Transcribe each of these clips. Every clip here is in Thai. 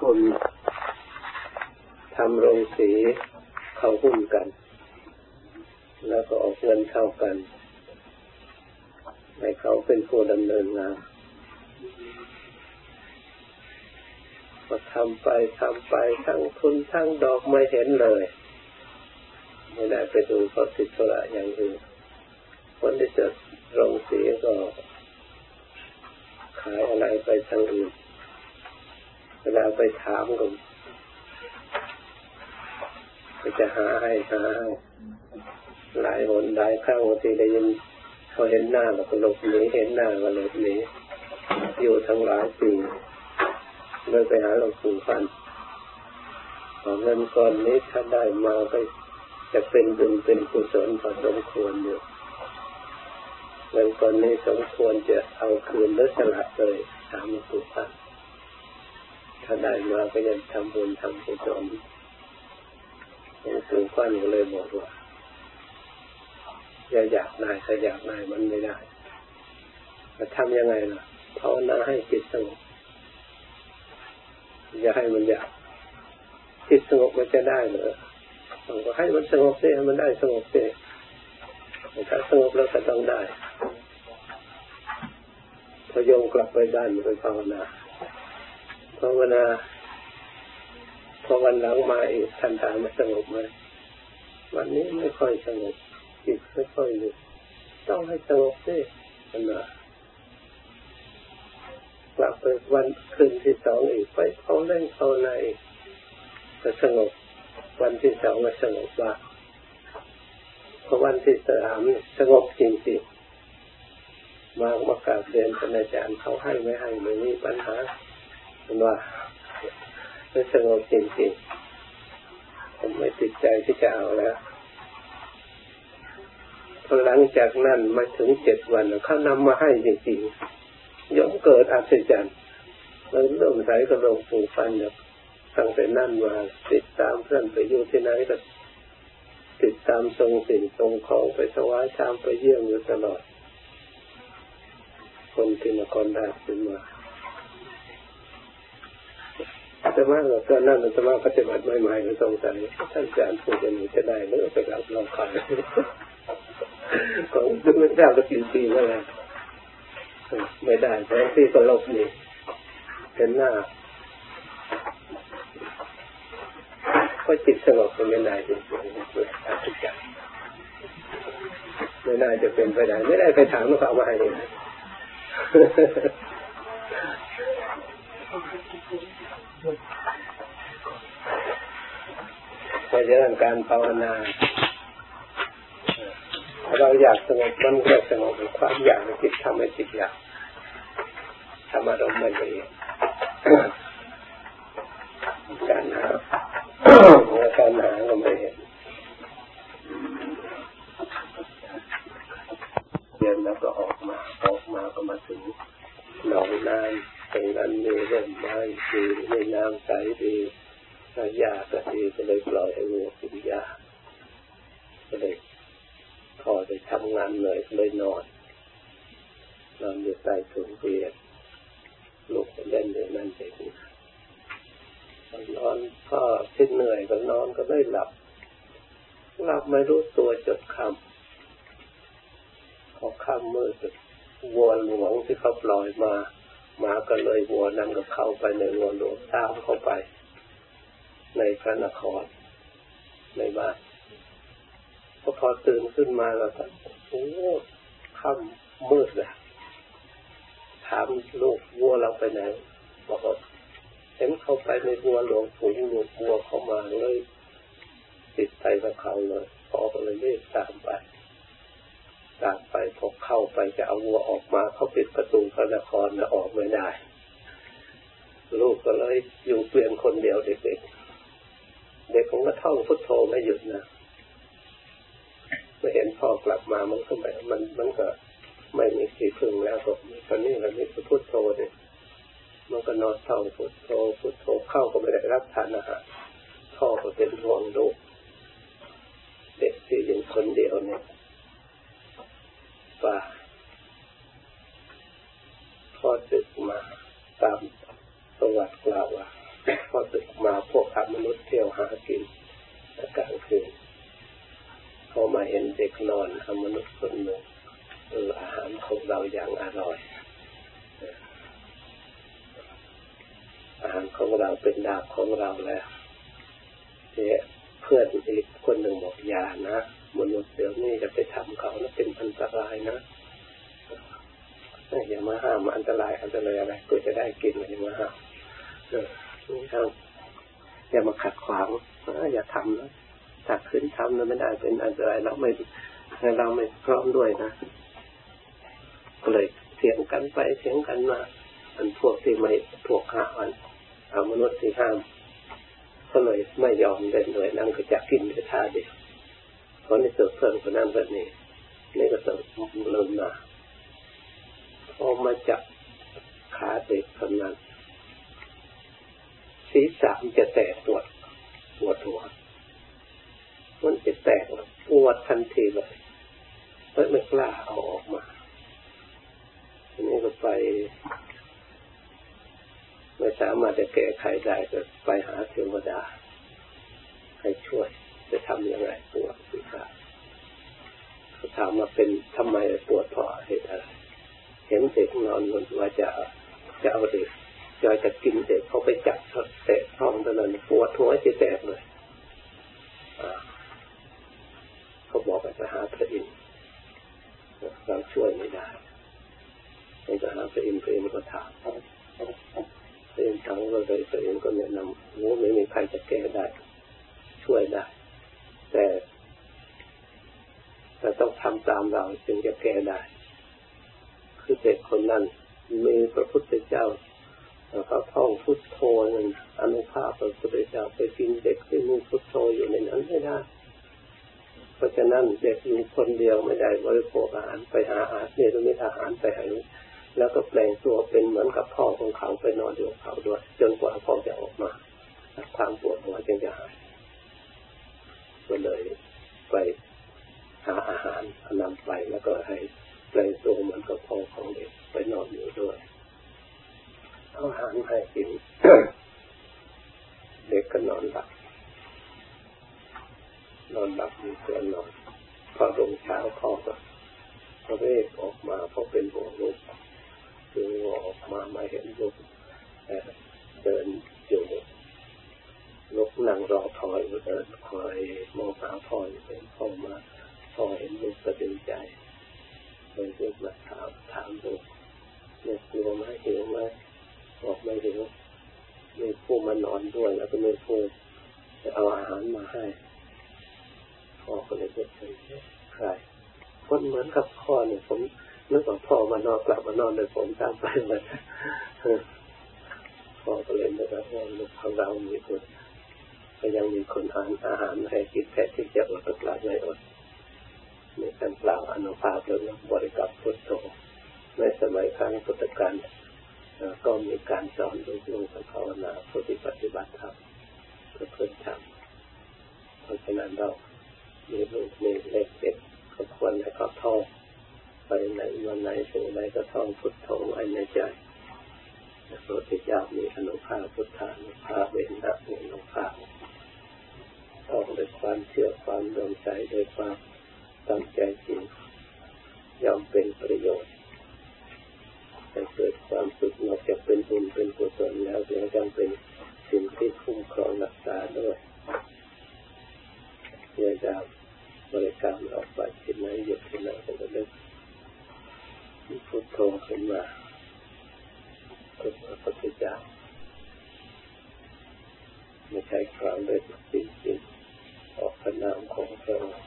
ทุนทำโรงสีเขาหุ้นกันแล้วก็ออกเงินเท่ากันให้เขาเป็นผู้ดำเนินงานก็ทำไปทั้งทุนทั้งดอกไม่เห็นเลยไม่ได้ไปดูเขาติดธุระอย่างอื่นคนที่จะโรงสีก็ขายอะไรไปทางอื่นเวลาไปถามก็จะหาให้หลายหนหลายครั้งบางทีได้ยินเขาเห็นหน้าก็หลบหนีเห็นหน้าก็หลบหนีอยู่ทั้งหลายปีเลยไปหาหลวงปู่ฟันเงินก้อนนี้ถ้าได้มาก็จะเป็นบุญเป็นกุศลพอสมควรอยู่เงินก้อนนี้สมควรจะเอาคืนหรือสละเลยถามหลวงปู่ฟันถ้าได้มาก็ยังทำบุญทำกุศลหลวงปู่ฟันก็เลยบอกว่าอย่าอยากได้ถ้าอยากได้มันไม่ได้จะทำยังไงล่ะภาวนาให้จิตสงบอย่าให้มันอยากจิตสงบมันจะได้เหรอต้องก็ให้มันสงบสิให้มันได้สงบสิถ้าสงบแล้วก็ต้องได้พอโยมกลับไปด้านไปภาวนาพอวันหลังมาอีกท่านถามว่าสงบไหมวันนี้ไม่ค่อยสงบจิตไม่ค่อยอยู่ต้องให้สงบสิมันว่ากลับไปวันคืนที่สองอีกไปเขาเล่นเขาในก็สงบวันที่สองก็สงบว่าพอวันที่สามสงบจริงๆมากราบเรียนท่านอาจารย์เขาให้ไม่ให้ไม่มีปัญหามันว่าไม่สงบจริงๆผมไม่ติดใจที่จะเอาแล้วพอหลังจากนั้นมาถึง7 วันเขานำมาให้จริงๆย่อมเกิดอัศจรรย์มันเริ่มใส่กระโหลกปู่ฟันเนี่ยตั้งแต่นั้นมาติดตามเพื่อนไปอยู่ที่ไหนก็ติดตามทรงสิ่งทรงของไปถวายชามไปเยี่ยมอยู่ตลอดคนที่นครราชสีมาแต่ว่าตอนนั้นแต่ว่าปฏิบัติใหม่ๆก็สงสัยท่านอาจารย์พูดอย่างนี้จะได้หรือไปกับเราขายของไม่ทราบว่ากี่ปีแล้วไม่ได้เพราะที่ก็ลบนี่เห็นหน้าก็จิตสงบไม่ได้จริงๆเลยอาจารย์ไม่น่าจะเป็นไปได้ไม่ได้ไปถามเขามาให้เลยเพราะฉะนั้นการภาวนาเราอยากสงบมันก็สงบความอยากในจิตทำให้จิตอยากทำอารมณ์มันเองการหาก็ไม่เห็นเย็นแล้วก็ออกมาก็มาถึงหนองน้ำตรงนั้นมีร่มไม้ดีมีน้ำใสดีหญ้าก็ดีก็เลยปล่อยให้วัวกินหญ้าก็เลยพอได้ทำงานเหนื่อยเลยนอนอยู่ใต้ถุนเตียงลูกเล่นอยู่นั่นเองนอนก็สิ้นเหนื่อยก็นอนก็ได้หลับไม่รู้ตัวจนค่ำพอค่ำมืดวัวหลวงที่เขาปล่อยมาก็เลยวัวนั้นก็เข้าไปในวัวหลวงตามเข้าไปในพระนครในบ้านพอตื่นขึ้นมาแล้วก็โอ้ค่ำมืดเลยถามลูกวัวเราไปไหนบอกว่าเห็นเข้าไปในวัวหลวงฝูงลูกวัวเข้ามาเลยติดไปกับเขาเลยพอก็เลยรีบตามไปพอเข้าไปจะเอาวัวออกมาเขาปิดประตูพระนครนะออกไม่ได้ลูกก็เลยอยู่เพียงคนเดียวเด็กผมก็ท่องพุทโธไม่หยุดนะไม่เห็นพ่อกลับมามันก็ไม่มีที่พึ่งแล้วก็ตอนนี้เรามีพุทโธเนี่ยมันก็นอนท่องพุทโธเข้าก็ไม่ได้รับทานอาหารพ่อก็เป็นห่วงลูกเด็กที่อยู่คนเดียวเนี่ยว่าพอศึกมาตามประวัติกล่าวว่าพอศึกมาพวกมนุษย์เที่ยวหากินกลางคืนพอมาเห็นเด็กนอนมนุษย์คนหนึ่งอาหารของเราอย่างอร่อยอาหารของเราเป็นดาบของเราแล้วเพื่อนอีกคนหนึ่งบอกอย่านะมนุษย์เดี๋ยวนี้จะไปทำเขาแล้วเป็นอันตรายนะอย่ามาห้ามอันตรายอะไรก็จะได้กินอย่ามาห้ามอย่ามาขัดขวางอย่าทำนะถ้าขึ้นทำแล้วไม่ได้เป็นอันตรายเราไม่พร้อมด้วยนะก็เลยเถียงกันไปเถียงกันมาอันพวกที่ไม่พวกห้ามมนุษย์ที่ห้ามก็เลยไม่ยอมเล่นด้วยนั่งก็จะกินด้วยท่าเดียวเพราะในสุดเพิ่มคนนั้นแบบนี้นี่ก็ต้องเริ่มมาพอมาจับขาเด็กคนนั้นศีรษะมันจะแตกปวดหัวมันจะแตกปวดทันทีเลยไม่กล้าเอาออกมาทีนี้ก็ไปไม่สามารถจะแก้ไขได้ก็ไปหาเทวดาให้ช่วยจะทำยังไงปวดศีรษะเขาถามมาเป็นทำไมปวดเพราะเหตุอะไรเห็นเด็กนอนว่าจะเอาเด็กจะกินเด็กเขาไปจับเตะท้องตอนนั้นปวดหัวจะแตกเลยเขาบอกว่าจะหาพระอินทร์เราช่วยไม่ได้ให้จะหาพระอินทร์ก็ถามพระอินทร์ทั้งเลยพระอินทร์ก็แนะนำว่าไม่มีใครจะแก้ได้ช่วยได้แต่ต้องทำตามเราจึงจะแก้ได้คือเด็กคนนั้นมีพระพุทธเจ้าเขาท่องพุทโธนั่นอนุภาพพระพุทธเจ้าไปกินเด็กที่มีพุทโธอยู่ในนั้นไม่ได้เพราะฉะนั้นเด็กอยู่คนเดียวไม่ได้บริโภคอาหารไปหาอาหารเนี่ยต้องมีอาหารไปให้แล้วก็แปลงตัวเป็นเหมือนกับพ่อของเขาไปนอนอยู่กับเขาด้วยจนกว่าพ่อจะออกมาความปวดหัวจึงจะหายก็เลยไปหาอาหารนำไปแล้วก็ให้แปลงตัวเหมือนกับพ่อของเด็กไปนอนอยู่ด้วยเอาอาหารให้กิน เด็กก็นอนหลับมีเพื่อนนอนพอรุ่งเช้าพ่อก็เรียกออกมาพอเป็นห่วงลูกคือออกมาเห็นลูกเดินอยู่ลูกนั่งรอพ่ออยู่เดินคอยมองหาพ่ออยู่เป็นพ่อมาพ่อเห็นลูกก็ดีใจเลยเรียกมาถามลูกเนี่ยกลัวไหมหิวไหมบอกไม่หิวมีผู้มานอนด้วยแล้วก็มีผู้จะเอาอาหารมาให้พ่อก็เลยเกิดใครคนเหมือนกับพ่อเนี่ยผมนึกว่าพ่อมานอนกลับมานอนโดยผมตามไปเลยพ่อก็เลยนึกว่าลูกของเรามีคนก็ยังมีคนอาหารให้กินแท้ที่จะอดตกหลับไม่อดมีการกล่าวอนุภาพเรื่องบริกรรมพุทโธในสมัยครั้งพุทธกาลก็มีการสอนลูกๆภาวนาปฏิบัติธรรมเพื่อเพิ่มธรรมเพราะฉะนั้นเรามีลูกมีเล็กเด็กก็ควรให้เขาท่องไปไหนวันไหนสิ่งใดก็ท่องพุทโธไว้ในใจพระพุทธเจ้ามีอนุภาพพุทธานุภาพเวนะมีอนุภาพท่องด้วยความเชื่อความดวงใจด้วยความตั้งใจจริงย่อมเป็นประโยชน์ให้เกิดความสุขนอกจากเป็นบุญเป็นกุศลแล้วยังเป็นสิ่งที่คุ้มครองรักษาด้วยเนื่องจากบริกรรมออกไปที่ไหนหยุดที่ไหนก็จะนึกพุทโธขึ้นมาพุทธพระพุทธเจ้าไม่ใช่กล่าวด้วยจริงๆออกพระนามของพระองค์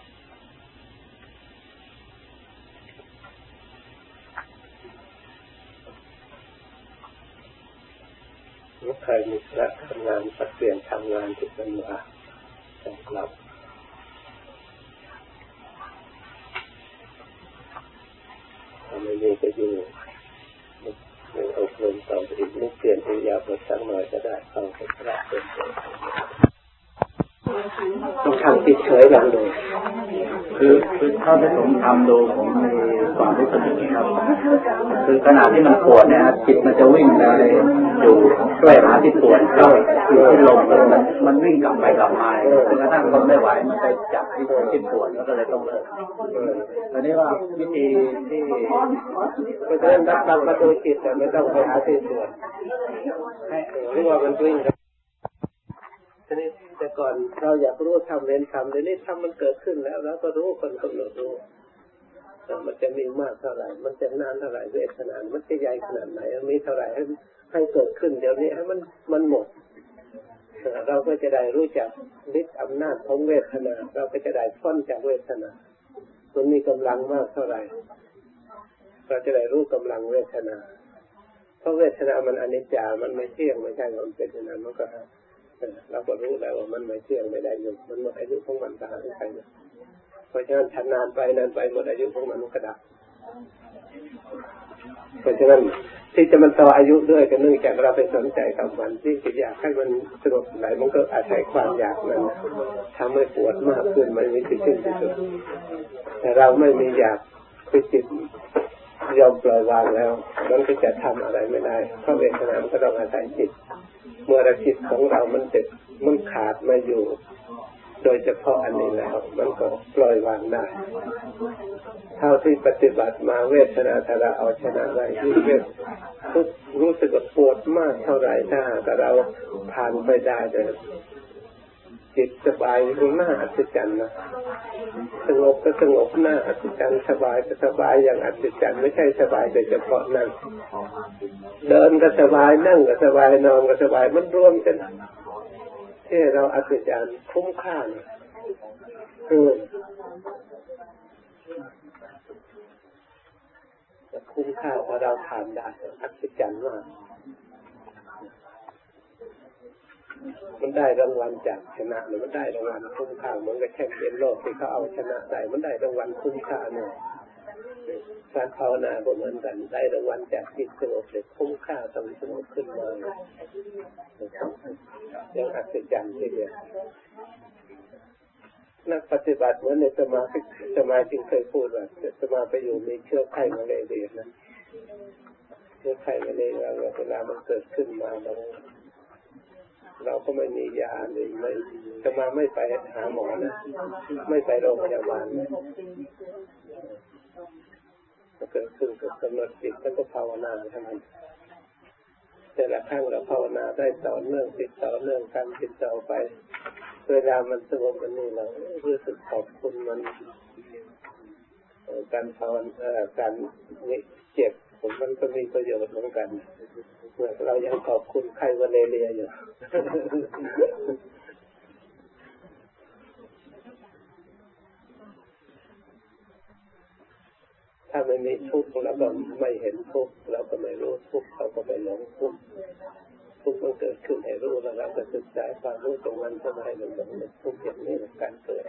ใครมีการทำงานสักเปลี่ยนทำงานที่เป็นว่าต้องกลับถ้าไม่มีก็อยู่ในอบรมต่ออีกนิดเปลี่ยนอิริยาบถสักหน่อยก็ได้เข้าไปกราบเป็นต้องทำติดเฉยลองดูคือถ้าได้ผมทำดูผมความรู้สึกอย่างนี้ครับคือขณะที่มันปวดเนี่ยจิตมันจะวิ่งไปอยู่ช่วยหาที่ปวดเข้าอยู่ที่ลมมันวิ่งกลับไปกลับมาจนกระทั่งทนไม่ไหวมันไปจับที่ปวดมันก็เลยต้องเลิกตอนนี้ว่าวิธีที่เพราะฉะนั้นรับมาดูจิตแต่ไม่ต้องไปหาที่ปวดให้รู้ว่ามันวิ่งทีนี้แต่ก่อนเราอยากรู้ทำเรียนทำเดี๋ยวนี้ทำมันเกิดขึ้นแล้วเราก็รู้คนกำหนดรู้มันจะมีมากเท่าไหร่มันจะนานเท่าไหร่เวทนามันจะใหญ่ขนาดไหนมีเท่าไหร่ให้เกิดขึ้นเดี๋ยวนี้ให้มันหมดเราก็จะได้รู้จักฤทธิ์อำนาจของเวทนาเราก็จะได้พ้นจากเวทนามันมีกำลังมากเท่าไหร่เราจะได้รู้กำลังเวทนาเพราะเวทนามันอนิจจามันไม่เที่ยงไม่ใช่มันเป็นอย่างนั้นมันก็เราก็รู้แล้วว่ามันไม่เที่ยงไม่ได้อยู่มันหมดอายุของมันตายไปเพราะฉะนั้นนานไปหมดอายุของมันก็ดับเพราะฉะนั้นที่จะมันต่ออายุด้วยก็เนื่องจากเราไปสนใจกับมันที่จะอยากให้มันสงบไหลมันก็อาศัยความอยากนั้นทำให้ปวดมากขึ้นมันมีที่สิ้นที่สุดแต่เราไม่มีอยากคือจิตยอมปล่อยวางแล้วมันก็จะทำอะไรไม่ได้เพราะเวทนามันก็ต้องอาศัยจิตเมื่อจิตของเรามันเจ็บมันขาดมาอยู่โดยเฉพาะอันนี้แล้วมันก็ปล่อยวางได้เท่าที่ปฏิบัติมาเวทนาถ้าเราเอาชนะได้ที่เวททุกรู้สึกว่าปวดมากเท่าไหร่ถ้าแต่เราผ่านไปได้เลยจิตสบายหน้าอัศจรรย์นะสงบก็สงบหน้าอัศจรรย์สบายก็สบายอย่างอัศจรรย์ไม่ใช่สบายโดยเฉพาะนั่งเดินก็สบายนั่งก็สบายนอนก็สบายมันรวมกันที่เราอัศจรรย์คุ้มค่าคุ้มค่าพอเราทำได้อัศจรรย์มากมันได้รางวัลจากชนะหรือมันได้รางวัลคุ้มค่าเหมือนกับแข่งเรียนโลกที่เขาเอาชนะได้มันได้รางวัลคุ้มค่าเนี่ยการภาวนาก็เหมือนกันได้รางวัลจากจิตสงบเลยคุ้มค่าต้องสงบขึ้นมาอย่างอัศจรรย์ทีเดียวนักปฏิบัติเหมือนในสมาธิเคยพูดว่าสมาไปอยู่มีเชื้อไข้มาเลยเดียวนะเชื้อไข้มาเลยเวลามันเกิดขึ้นมาเราก็ไม่มียาเลยไม่สมาไม่ไปหาหมอนะไม่ไปโรงพยาบาลเลยเกิดขึ้นกับกำหนดจิตแล้วก็ภาวนาเท่านั้นแต่ละครั้งเราภาวนาได้ต่อเนื่องติดต่อเนื่องกันติดต่อไปเวลามันสงบมันนี่เรารู้สึกขอบคุณมันการภาวนาการนี่เจ็บผมมันก็มีประโยชน์เหมือนกันเมื่อเรายังขอบคุณใครวันเรียอยู่ถ้าไม่มีทุกข์แล้วก็ไม่เห็นทุกข์เราก็ไม่รู้ทุกข์เราก็ไม่หลงทุกข์ทุกข์มันเกิดขึ้นให้รู้แล้วเราก็ศึกษาความรู้ตรงนั้นเพื่อให้มันหลงทุกข์อย่างนี้การเกิด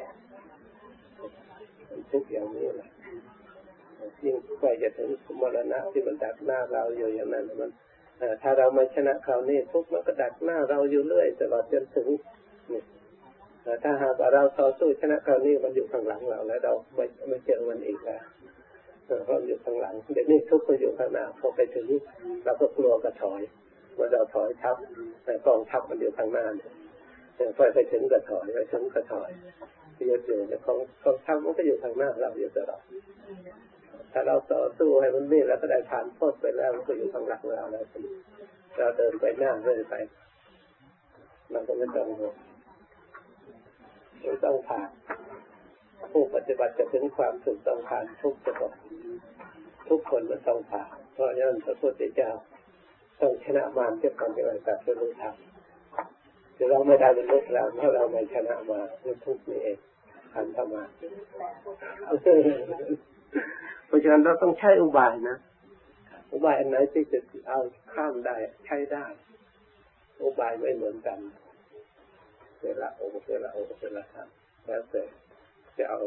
ทุกข์อย่างนี้แหละยิ่งใกล้จะถึงมรณะที่มันดักหน้าเราอยู่อย่างนั้นมันถ้าเราไม่ชนะคราวนี้ทุกข์มันก็ดักหน้าเราอยู่เรื่อยตลอดจนถึงถ้าหากเราต่อสู้ชนะคราวนี้มันอยู่ข้างหลังเราแล้วเราไม่เจอมันอีกแล้วเพราะอยู่ข้างหลังเดี๋ยวนี้ทุกข์มันอยู่ข้างหน้าพอไปถึงเราก็กลัวกระถอยเมื่อเราถอยทับแต่กองทัพมันอยู่ข้างหน้าพอไปถึงกระถอยไปถึงกระถอยที่จะเจอเนี่ยกองทัพมันก็อยู่ข้างหน้าเราอยู่ตลอดถ้าเราต่อสู้ให้มันนี่แล้วก็ได้ผ่านพ้นไปแล้วมันก็อยู่ข้างหลังเราแล้วเราเดินไปหน้าเรื่อยไปเราก็ไม่ต้องห่วงไม่ต้องผ่านผู้ปฏิบัติจะถึงความสุขต้องผ่านทุกข์ทุกคนมันต้องผ่านเพราะฉะนั้นพระพุทธเจ้าต้องชนะมารเทียบกันกับการตัดสู้ธรรมแต่เราไม่ได้เป็นลูกเราเพราะเราไม่ชนะมาเป็นทุกข์นี่เองขันธมาเพราะฉะนั้นเราต้องใช้อุบายนะอุบายอันไหนที่จะเอาข้ามได้ใช้ได้อุบายไม่เหมือนกันเวลาทำแล้วแต่จะเอา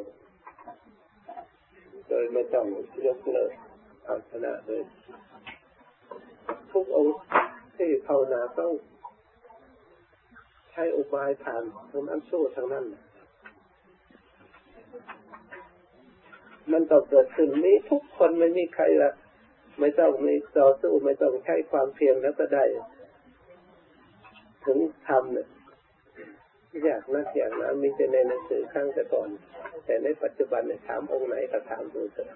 โดยไม่ต้องยกเลิกเอาชนะเลยทุกองค์ที่ภาวนาต้องใช้อุบายผ่านทางนั้นสู้ทางนั้นมันต้องเกิดขึ้นนี้ทุกคนไม่มีใครละไม่ต้องมีต่อสู้ไม่ต้องใช้ความเพียรแล้วก็ได้ถึงทำเนี่ยอยากนักอยากนะมีแต่ในหนังสือข้างแต่ก่อนแต่ในปัจจุบันเนี่ยถามองค์ไหนก็ถามดูเถอะ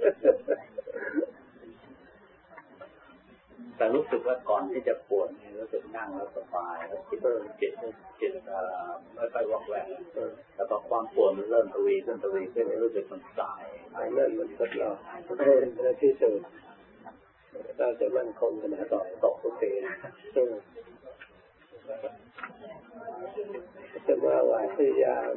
แต่รู้สึกว่าก่อนที่จะปวดรู้สึกนั่งแล้วสบายแล้วจิตไม่ค่อยวอกแวกแต่พอความปวดมันเริ่มทวีขึ้นรู้สึกมันสายนั่นมันก็เราในที่สุดเราจะมั่นคงขนาดตกทุกทีจะมาว่าพยายาม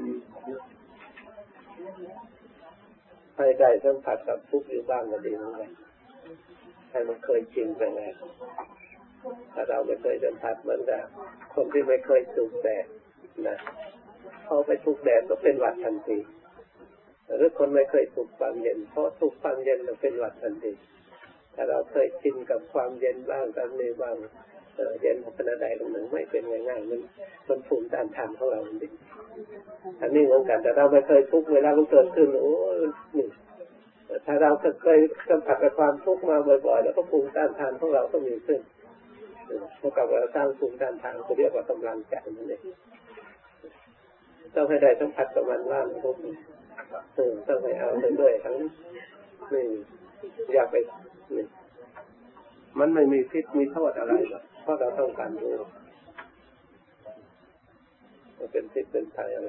ให้ได้สัมผัสกับทุกข์อยู่บ้างก็ดีเหมือนกันให้มันเคยชินไปแล้วถ้าเราไม่เคยสัมผัสเหมือนกันคนที่ไม่เคยถูกแดดนะพอไปถูกแดดก็เป็นหวัดทันทีหรือคนไม่เคยถูกความเย็นพอถูกความเย็นก็เป็นหวัดทันทีถ้าเราเคยชินกับความเย็นบ้างกับนี้บ้างเย็นขนาดใดตรงหนึ่งไม่เป็นง่ายๆมันภูมิต้านทานของเราจริงอันนี้เหมือนกันแต่เราไม่เคยทุกเวลามันเกิดขึ้นโอ้นี่ถ้าเราเคยสัมผัสกับความทุกข์มาบ่อยๆแล้วก็ภูมิต้านทานของเราก็มีขึ้นเท่ากับเราสร้างภูมิต้านทานก็เรียกว่ากำลังใจนั่นเองต้องให้ได้สัมผัสกับมันบ้างทุกต้องให้เอาไปด้วยทั้งนี่อย่าไปนี่มันไม่มีพิษมีโทษอะไรหรอกเพราะเราต้องการรู้มันเป็นพิษเป็นภัยอะไร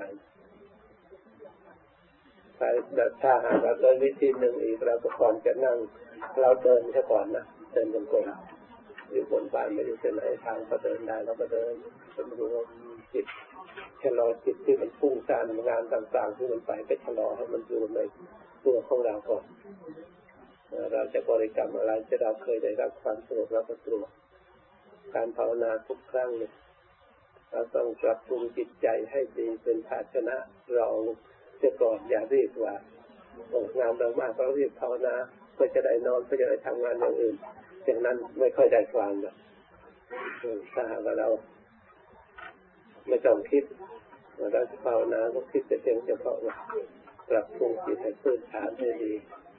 ถ้าหากเราโดยวิธีหนึ่งอีกเราก็ก่อนจะนั่งเราเดินแค่ก่อนนะเดินจงกรมอยู่บนบ้านไม่อยู่ที่ไหนทางก็เดินได้เราก็เดินสำรวมจิตชะลอจิตที่มันฟุ้งซ่านงานต่างๆที่มันไปชะลอให้มันอยู่ในตัวของเราก่อนเราจะบริกรรมอะไรที่เราเคยได้รับความสงบเราก็ตรวจการภาวนาทุกครั้งเนี่ยเราต้องปรับปรุงจิตใจให้ดีเป็นภาชนะรองเสียก่อนอย่ารีบว่างานเรามากเรารีบภาวนาเพื่อจะได้นอนเพื่อจะได้ทำงานอย่างอื่นอย่างนั้นไม่ค่อยได้ความหรอกถ้าหากว่าเราไม่ต้องคิดเราจะภาวนาก็คิดแต่เพียงเฉพาะว่าปรับปรุงจิตให้พื้นฐานให้ดี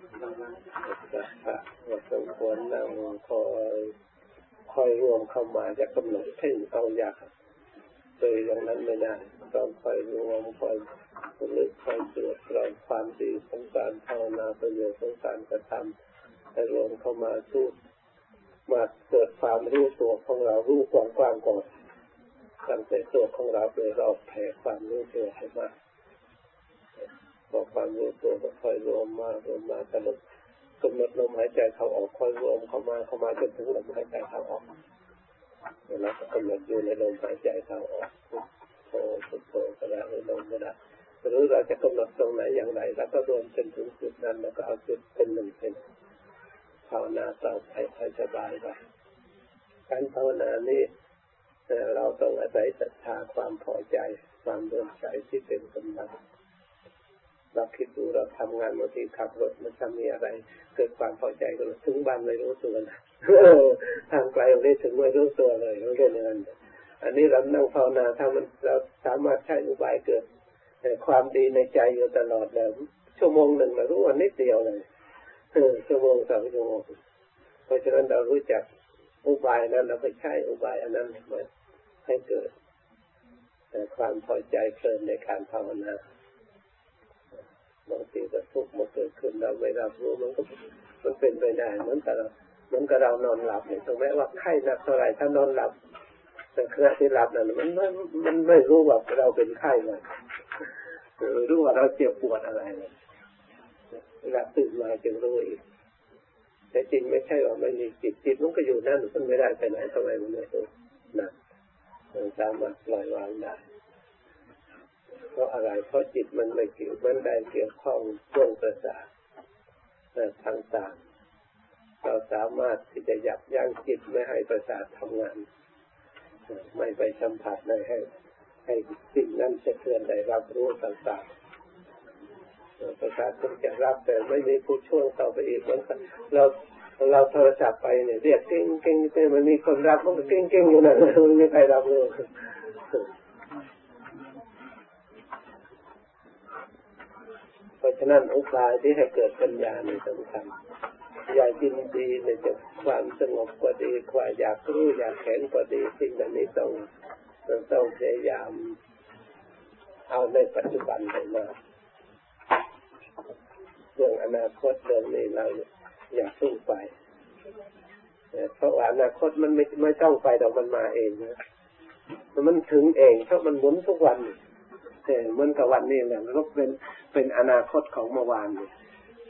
ว่าสมควรนั่งคอยรวมเข้ามาจะกำหนดเพ่งเอาอยากโดยอย่างนั้นไม่ได้ต้องคอยรวมคอยลึกคอยตรวจสอบความดีของการภาวนาประโยชน์ของการกระทำให้รวมเข้ามาสู้มาเกิดความรู้ตัวของเรารู้กว้างๆก่อนตั้งแต่ตัวของเราโดยรอบแผ่ความรู้ตัวให้มากพอความรู้ตัวก็ค่อยรวมมาตลอดกำหนดลมหายใจเข้าออกค่อยรวมเข้ามาจนถึงลมหายใจเข้าออกแล้วก็กำหนดอยู่ในลมหายใจเข้าออกพุทโธก็ได้ลมก็ได้หรือเราจะกำหนดตรงไหนอย่างไรแล้วก็รวมจนถึงจุดนั้นแล้วก็เอาจุดเป็นหนึ่งเป็นภาวนาต่อไปให้สบายไปการภาวนานี้เราต้องอาศัยศรัทธาความพอใจความเลื่อมใสที่เป็นกำลังเราคิดดูเราทำงานบางทีขับรถมันจะมีอะไรเกิดความพอใจก็ถึงบ้านไม่รู้ตัวนะทางไกลเราได้ถึงไม่รู้ตัวเลยเราเรียนอย่างนั้นอันนี้เรานั่งภาวนาถ้ามันเราสามารถใช้อุบายเกิดความดีในใจอยู่ตลอดแล้วชั่วโมงหนึ่งเรารู้วันนิดเดียวเลยชั่วโมงสองชั่วโมงเพราะฉะนั้นเรารู้จักอุบายนั้นเราไปใช้อุบายอันนั้นมาให้เกิดความพอใจเพลินในการภาวนาบางทีก็ทุกข์มาเกิดขึ้นเราไม่รับรู้มันเป็นไปได้เหมือนกับเรานอนหลับเนี่ยถึงแม้ว่าไข้หนักเท่าไหร่ถ้านอนหลับแต่ขณะที่หลับนั้นมันไม่รู้ว่าเราเป็นไข้เลยรู้ว่าเราเจ็บปวดอะไรเลยเวลาตื่นมาจึงรู้อีกแต่จริงไม่ใช่ว่าไม่มีจิตมันก็อยู่นั่นมันไม่ได้ไปไหนทำไมมันไม่รู้นะมันสามารถปล่อยวางได้เพราะอะไรเพราะจิตมันไม่เกี่ยวมันได้เกี่ยวข้องช่วงประสาทต่างๆเราสามารถที่จะยับยั้งจิตไม่ให้ประสาททำงานไม่ไปสัมผัสให้สิ่งนั้นจะเคลื่อนได้รับรู้ต่างๆประสาทต้องจะรับแต่ไม่มีผู้ช่วยเข้าไปอีกเหมือนกันเราโทรศัพท์ไปเนี่ยเรียกเก่งๆมันมีคนรับมันก็เก่งๆอยู่นั่นไม่มีใครรับรู้เพราะฉะนั้นอุบายที่ให้เกิดปัญญาในสำคัญอย่ายินดีในจากความสงบก็ดีความอยากรู้อยากเห็นก็ดีสิ่งเหล่านี้ต้องพยายามเอาในปัจจุบันให้มากเรื่องอนาคตเรื่องนี้เราอย่าพึ่งไปเพราะว่าอนาคตมันไม่ต้องไปแต่มันมาเองนะมันถึงเองเพราะมันหมุนทุกวันแต่เหมือนกับวันนี้แหละก็เป็นอนาคตของเมื่อวานนี่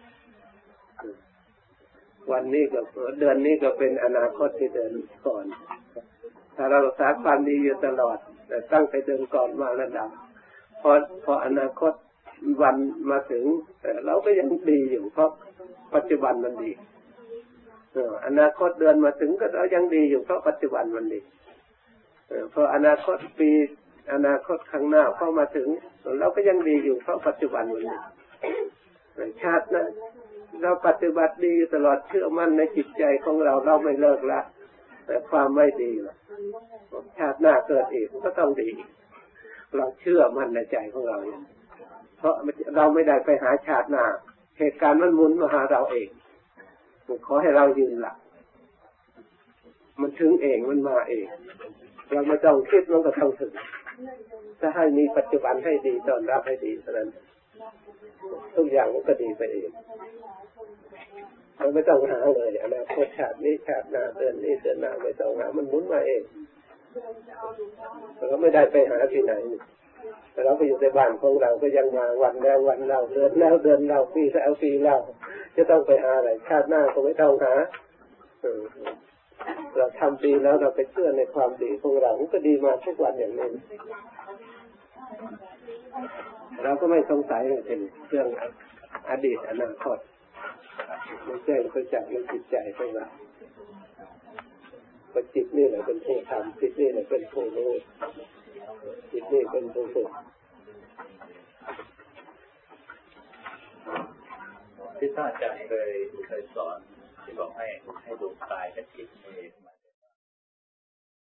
วันนี้ก็เดือนนี้ก็เป็นอนาคตที่เดือนก่อนถ้าเรารักษาความดีอยู่ตลอดแต่ตั้งแต่เดือนก่อนมาระดับพออนาคตวันมาถึงเราก็ยังดีอยู่เพราะปัจจุบันมันดีอนาคตเดือนมาถึงก็เรายังดีอยู่เพราะปัจจุบันมันดีพออนาคตปีอนาคตข้างหน้าพอมาถึงเราก็ยังดีอยู่เพราะปัจจุบันมันดีชาตินะเราปฏิบัติดีตลอดเชื่อมั่นในจิตใจของเราไม่เลิกละแต่ความไม่ดีล่ะชาติหน้าเกิดอีกก็ต้องดีเราเชื่อมั่นในใจของเราเพราะเราไม่ได้ไปหาชาติหน้าเหตุการณ์มันหมุนมาหาเราเองขอให้เรายืนหลักมันถึงเองมันมาเองเราไม่ต้องคิดมันก็ต้องถึงถ้าให้มีปัจจุบันให้ดีตอนรับให้ดีเท่านั้นทุกอย่างมันก็ดีไปเองเราไม่ต้องหาเลยอนาคตชาตินี้ชาติหน้าเดือนนี้เดือนหน้าไม่ต้องหามันหมุนมาเองเราไม่ได้ไปหาที่ไหนแต่เราก็อยู่ในบ้านของเราก็ยังมาวันแล้ววันเราเดือนแล้วเดือนเราปีแล้วปีเราจะต้องไปหาอะไรชาติหน้าก็ไม่ต้องหาเราทำดีแล้วเราไปเชื่อในความดีของเรามันก็ดีมาทุกวันอย่างนี้เราก็ไม่สงสัยเลยเป็นเรื่องอดีตอนาคตมันแจ้งเข้าใจในจิตใจของเราว่าจิตนี่แหละเป็นผู้ทำจิตนี่แหละเป็นผู้รู้จิตนี่เป็นผู้ฝึกที่ท่านอาจารย์เคยสอนที่บอกให้ดูกายกับจิต